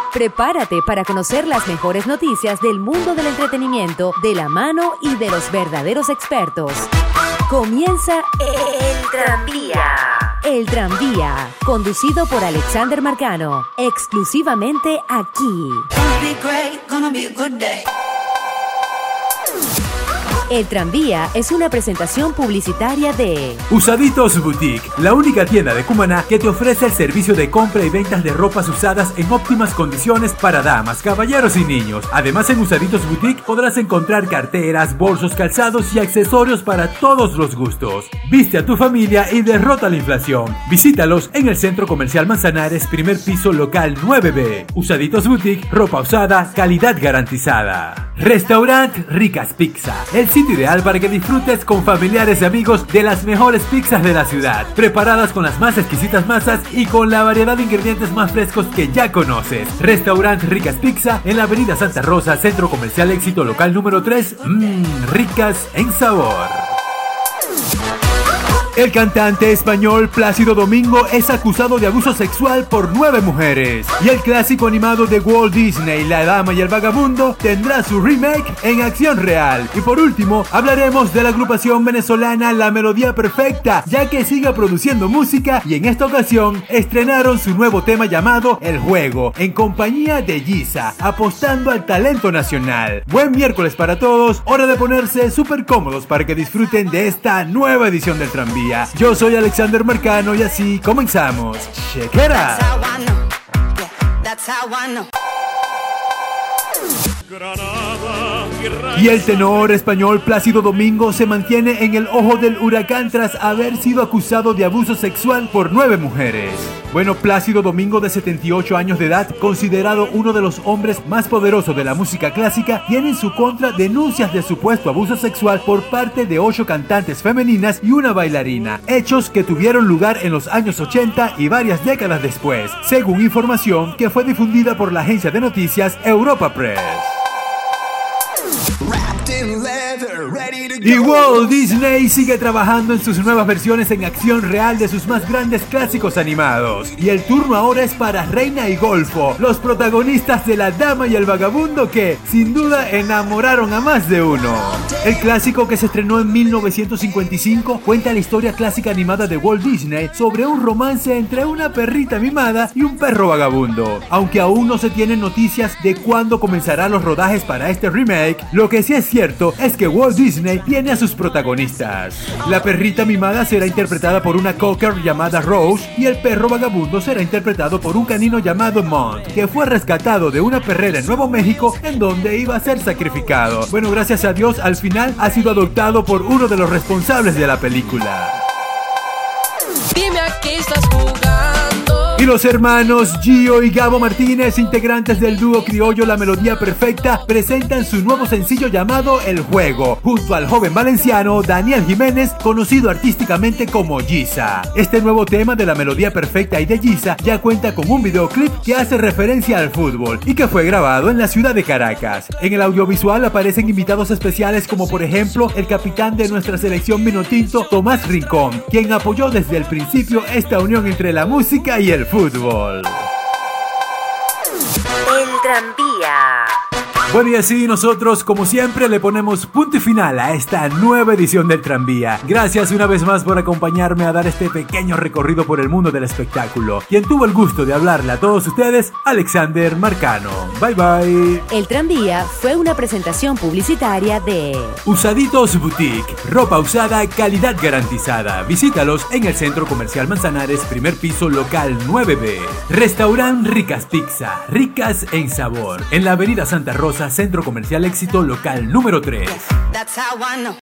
Prepárate para conocer las mejores noticias del mundo del entretenimiento de la mano y de los verdaderos expertos. Comienza El Tranvía. El Tranvía, conducido por Alexander Marcano, exclusivamente aquí. El Tranvía es una presentación publicitaria de Usaditos Boutique, la única tienda de Cumaná que te ofrece el servicio de compra y ventas de ropas usadas en óptimas condiciones para damas, caballeros y niños. Además, en Usaditos Boutique podrás encontrar carteras, bolsos, calzados y accesorios para todos los gustos. Viste a tu familia y derrota la inflación. Visítalos en el Centro Comercial Manzanares, primer piso, local 9B. Usaditos Boutique, ropa usada, calidad garantizada. Restaurant Ricas Pizza, el sitio ideal para que disfrutes con familiares y amigos de las mejores pizzas de la ciudad, preparadas con las más exquisitas masas y con la variedad de ingredientes más frescos que ya conoces. Restaurant Ricas Pizza en la avenida Santa Rosa, Centro Comercial Éxito, local número 3. Ricas en sabor. El cantante español Plácido Domingo es acusado de abuso sexual por 9 mujeres. Y el clásico animado de Walt Disney, La Dama y el Vagabundo, tendrá su remake en acción real. Y por último, hablaremos de la agrupación venezolana La Melodía Perfecta, ya que sigue produciendo música y en esta ocasión estrenaron su nuevo tema llamado El Juego, en compañía de Giza, apostando al talento nacional. Buen miércoles para todos, hora de ponerse súper cómodos para que disfruten de esta nueva edición del Tranvía. Yo soy Alexander Marcano y así comenzamos. Check it out. Y el tenor español Plácido Domingo se mantiene en el ojo del huracán tras haber sido acusado de abuso sexual por 9 mujeres. Bueno, Plácido Domingo, de 78 años de edad, considerado uno de los hombres más poderosos de la música clásica, tiene en su contra denuncias de supuesto abuso sexual por parte de 8 cantantes femeninas y una bailarina, hechos que tuvieron lugar en los años 80 y varias décadas después, según información que fue difundida por la agencia de noticias Europa Press. Y Walt Disney sigue trabajando en sus nuevas versiones en acción real de sus más grandes clásicos animados. Y el turno ahora es para Reina y Golfo, los protagonistas de La Dama y el Vagabundo que, sin duda, enamoraron a más de uno. El clásico, que se estrenó en 1955, cuenta la historia clásica animada de Walt Disney sobre un romance entre una perrita mimada y un perro vagabundo. Aunque aún no se tienen noticias de cuándo comenzarán los rodajes para este remake, lo que sí es cierto es que Walt Disney tiene a sus protagonistas. La perrita mimada será interpretada por una cocker llamada Rose y el perro vagabundo será interpretado por un canino llamado Mont, que fue rescatado de una perrera en Nuevo México en donde iba a ser sacrificado. Bueno, gracias a Dios, al final ha sido adoptado por uno de los responsables de la película. Dime a qué estás jugando. Y los hermanos Gio y Gabo Martínez, integrantes del dúo criollo La Melodía Perfecta, presentan su nuevo sencillo llamado El Juego, junto al joven valenciano Daniel Jiménez, conocido artísticamente como Giza. Este nuevo tema de La Melodía Perfecta y de Giza ya cuenta con un videoclip que hace referencia al fútbol y que fue grabado en la ciudad de Caracas. En el audiovisual aparecen invitados especiales como por ejemplo el capitán de nuestra selección vinotinto, Tomás Rincón, quien apoyó desde el principio esta unión entre la música y el fútbol. El Tranvía. Bueno, y así nosotros, como siempre, le ponemos punto y final a esta nueva edición del Tranvía. Gracias una vez más por acompañarme a dar este pequeño recorrido por el mundo del espectáculo. Quien tuvo el gusto de hablarle a todos ustedes, Alexander Marcano. Bye bye. El Tranvía fue una presentación publicitaria de Usaditos Boutique, ropa usada, calidad garantizada. Visítalos en el Centro Comercial Manzanares, primer piso, local 9B. Restaurant Ricas Pizza, ricas en sabor, en la avenida Santa Rosa, Centro Comercial Éxito, local número 3.